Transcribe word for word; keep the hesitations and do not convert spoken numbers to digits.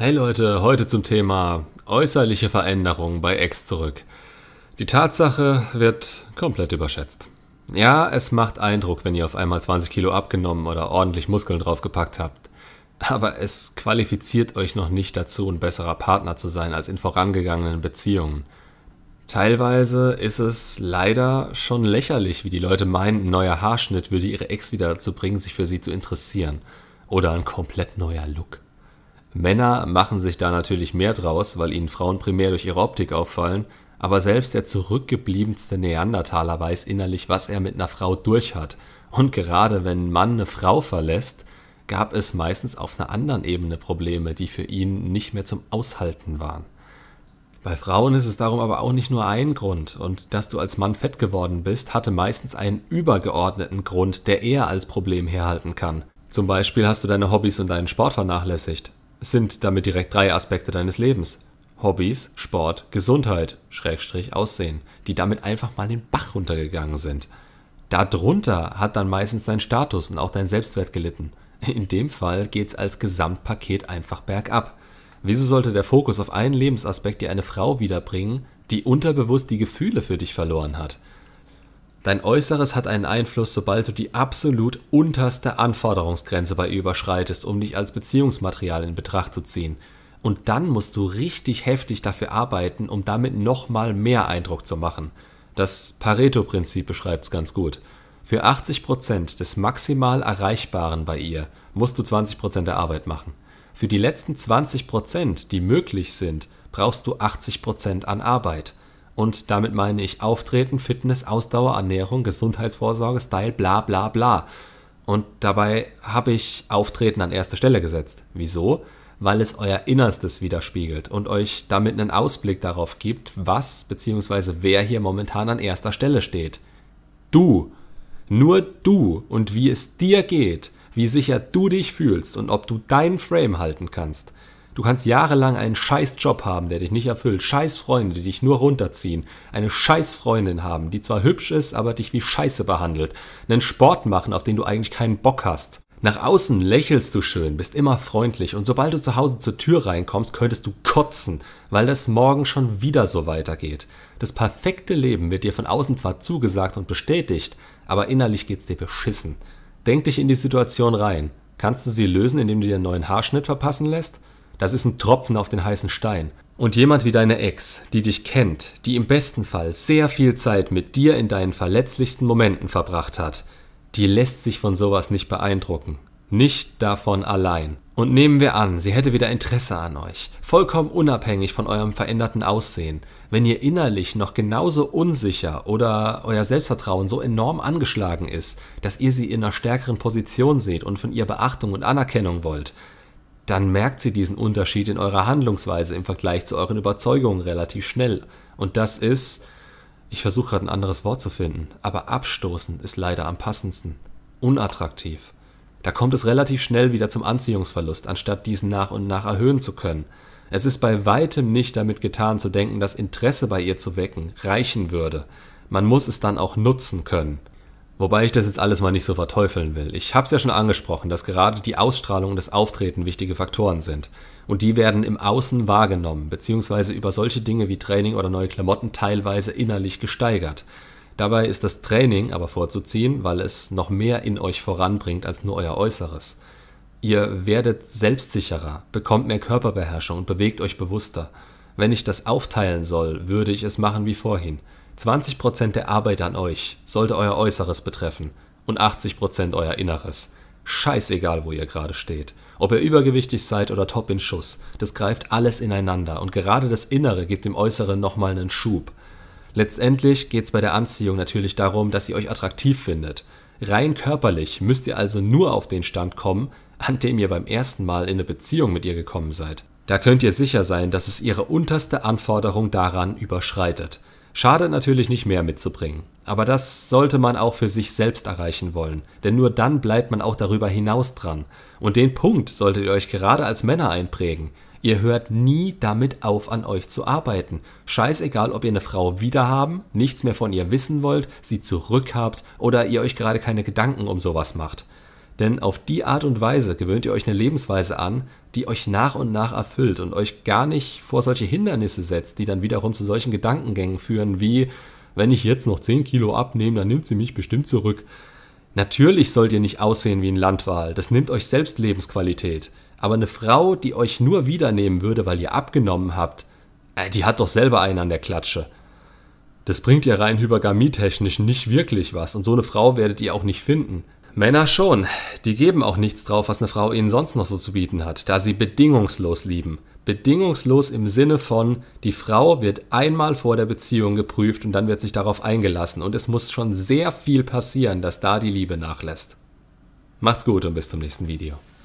Hey Leute, heute zum Thema äußerliche Veränderung bei Ex zurück. Die Tatsache wird komplett überschätzt. Ja, es macht Eindruck, wenn ihr auf einmal zwanzig Kilo abgenommen oder ordentlich Muskeln draufgepackt habt. Aber es qualifiziert euch noch nicht dazu, ein besserer Partner zu sein als in vorangegangenen Beziehungen. Teilweise ist es leider schon lächerlich, wie die Leute meinen, ein neuer Haarschnitt würde ihre Ex wieder dazu bringen, sich für sie zu interessieren. Oder ein komplett neuer Look. Männer machen sich da natürlich mehr draus, weil ihnen Frauen primär durch ihre Optik auffallen, aber selbst der zurückgebliebenste Neandertaler weiß innerlich, was er mit einer Frau durch hat. Und gerade wenn ein Mann eine Frau verlässt, gab es meistens auf einer anderen Ebene Probleme, die für ihn nicht mehr zum Aushalten waren. Bei Frauen ist es darum aber auch nicht nur ein Grund, und dass du als Mann fett geworden bist, hatte meistens einen übergeordneten Grund, der eher als Problem herhalten kann. Zum Beispiel hast du deine Hobbys und deinen Sport vernachlässigt. Es sind damit direkt drei Aspekte deines Lebens. Hobbys, Sport, Gesundheit, Schrägstrich Aussehen, die damit einfach mal den Bach runtergegangen sind. Darunter hat dann meistens dein Status und auch dein Selbstwert gelitten. In dem Fall geht's als Gesamtpaket einfach bergab. Wieso sollte der Fokus auf einen Lebensaspekt dir eine Frau wiederbringen, die unterbewusst die Gefühle für dich verloren hat? Dein Äußeres hat einen Einfluss, sobald du die absolut unterste Anforderungsgrenze bei ihr überschreitest, um dich als Beziehungsmaterial in Betracht zu ziehen. Und dann musst du richtig heftig dafür arbeiten, um damit nochmal mehr Eindruck zu machen. Das Pareto-Prinzip beschreibt es ganz gut. Für achtzig Prozent des maximal Erreichbaren bei ihr musst du zwanzig Prozent der Arbeit machen. Für die letzten zwanzig Prozent, die möglich sind, brauchst du achtzig Prozent an Arbeit. Und damit meine ich Auftreten, Fitness, Ausdauer, Ernährung, Gesundheitsvorsorge, Style, bla bla bla. Und dabei habe ich Auftreten an erste Stelle gesetzt. Wieso? Weil es euer Innerstes widerspiegelt und euch damit einen Ausblick darauf gibt, was bzw. wer hier momentan an erster Stelle steht. Du. Nur du und wie es dir geht, wie sicher du dich fühlst und ob du deinen Frame halten kannst. Du kannst jahrelang einen scheiß Job haben, der dich nicht erfüllt, scheiß Freunde, die dich nur runterziehen, eine scheiß Freundin haben, die zwar hübsch ist, aber dich wie Scheiße behandelt, einen Sport machen, auf den du eigentlich keinen Bock hast. Nach außen lächelst du schön, bist immer freundlich und sobald du zu Hause zur Tür reinkommst, könntest du kotzen, weil das morgen schon wieder so weitergeht. Das perfekte Leben wird dir von außen zwar zugesagt und bestätigt, aber innerlich geht's dir beschissen. Denk dich in die Situation rein. Kannst du sie lösen, indem du dir einen neuen Haarschnitt verpassen lässt? Das ist ein Tropfen auf den heißen Stein. Und jemand wie deine Ex, die dich kennt, die im besten Fall sehr viel Zeit mit dir in deinen verletzlichsten Momenten verbracht hat, die lässt sich von sowas nicht beeindrucken. Nicht davon allein. Und nehmen wir an, sie hätte wieder Interesse an euch, vollkommen unabhängig von eurem veränderten Aussehen. Wenn ihr innerlich noch genauso unsicher oder euer Selbstvertrauen so enorm angeschlagen ist, dass ihr sie in einer stärkeren Position seht und von ihr Beachtung und Anerkennung wollt, dann merkt sie diesen Unterschied in eurer Handlungsweise im Vergleich zu euren Überzeugungen relativ schnell. Und das ist, ich versuche gerade ein anderes Wort zu finden, aber abstoßend ist leider am passendsten. Unattraktiv. Da kommt es relativ schnell wieder zum Anziehungsverlust, anstatt diesen nach und nach erhöhen zu können. Es ist bei weitem nicht damit getan zu denken, dass Interesse bei ihr zu wecken reichen würde. Man muss es dann auch nutzen können. Wobei ich das jetzt alles mal nicht so verteufeln will. Ich habe es ja schon angesprochen, dass gerade die Ausstrahlung und das Auftreten wichtige Faktoren sind. Und die werden im Außen wahrgenommen, beziehungsweise über solche Dinge wie Training oder neue Klamotten teilweise innerlich gesteigert. Dabei ist das Training aber vorzuziehen, weil es noch mehr in euch voranbringt als nur euer Äußeres. Ihr werdet selbstsicherer, bekommt mehr Körperbeherrschung und bewegt euch bewusster. Wenn ich das aufteilen soll, würde ich es machen wie vorhin. zwanzig Prozent der Arbeit an euch sollte euer Äußeres betreffen und achtzig Prozent euer Inneres. Scheißegal, wo ihr gerade steht. Ob ihr übergewichtig seid oder top in Schuss, das greift alles ineinander und gerade das Innere gibt dem Äußeren nochmal einen Schub. Letztendlich geht es bei der Anziehung natürlich darum, dass ihr euch attraktiv findet. Rein körperlich müsst ihr also nur auf den Stand kommen, an dem ihr beim ersten Mal in eine Beziehung mit ihr gekommen seid. Da könnt ihr sicher sein, dass es ihre unterste Anforderung daran überschreitet. Schadet natürlich nicht mehr mitzubringen, aber das sollte man auch für sich selbst erreichen wollen, denn nur dann bleibt man auch darüber hinaus dran. Und den Punkt solltet ihr euch gerade als Männer einprägen. Ihr hört nie damit auf, an euch zu arbeiten. Scheißegal, ob ihr eine Frau wiederhaben, nichts mehr von ihr wissen wollt, sie zurückhabt oder ihr euch gerade keine Gedanken um sowas macht. Denn auf die Art und Weise gewöhnt ihr euch eine Lebensweise an, die euch nach und nach erfüllt und euch gar nicht vor solche Hindernisse setzt, die dann wiederum zu solchen Gedankengängen führen wie, wenn ich jetzt noch zehn Kilo abnehme, dann nimmt sie mich bestimmt zurück. Natürlich sollt ihr nicht aussehen wie ein Landwal, das nimmt euch selbst Lebensqualität. Aber eine Frau, die euch nur wiedernehmen würde, weil ihr abgenommen habt, äh, die hat doch selber einen an der Klatsche. Das bringt ihr rein hypergamietechnisch nicht wirklich was und so eine Frau werdet ihr auch nicht finden. Männer schon, die geben auch nichts drauf, was eine Frau ihnen sonst noch so zu bieten hat, da sie bedingungslos lieben. Bedingungslos im Sinne von, die Frau wird einmal vor der Beziehung geprüft und dann wird sich darauf eingelassen und es muss schon sehr viel passieren, dass da die Liebe nachlässt. Macht's gut und bis zum nächsten Video.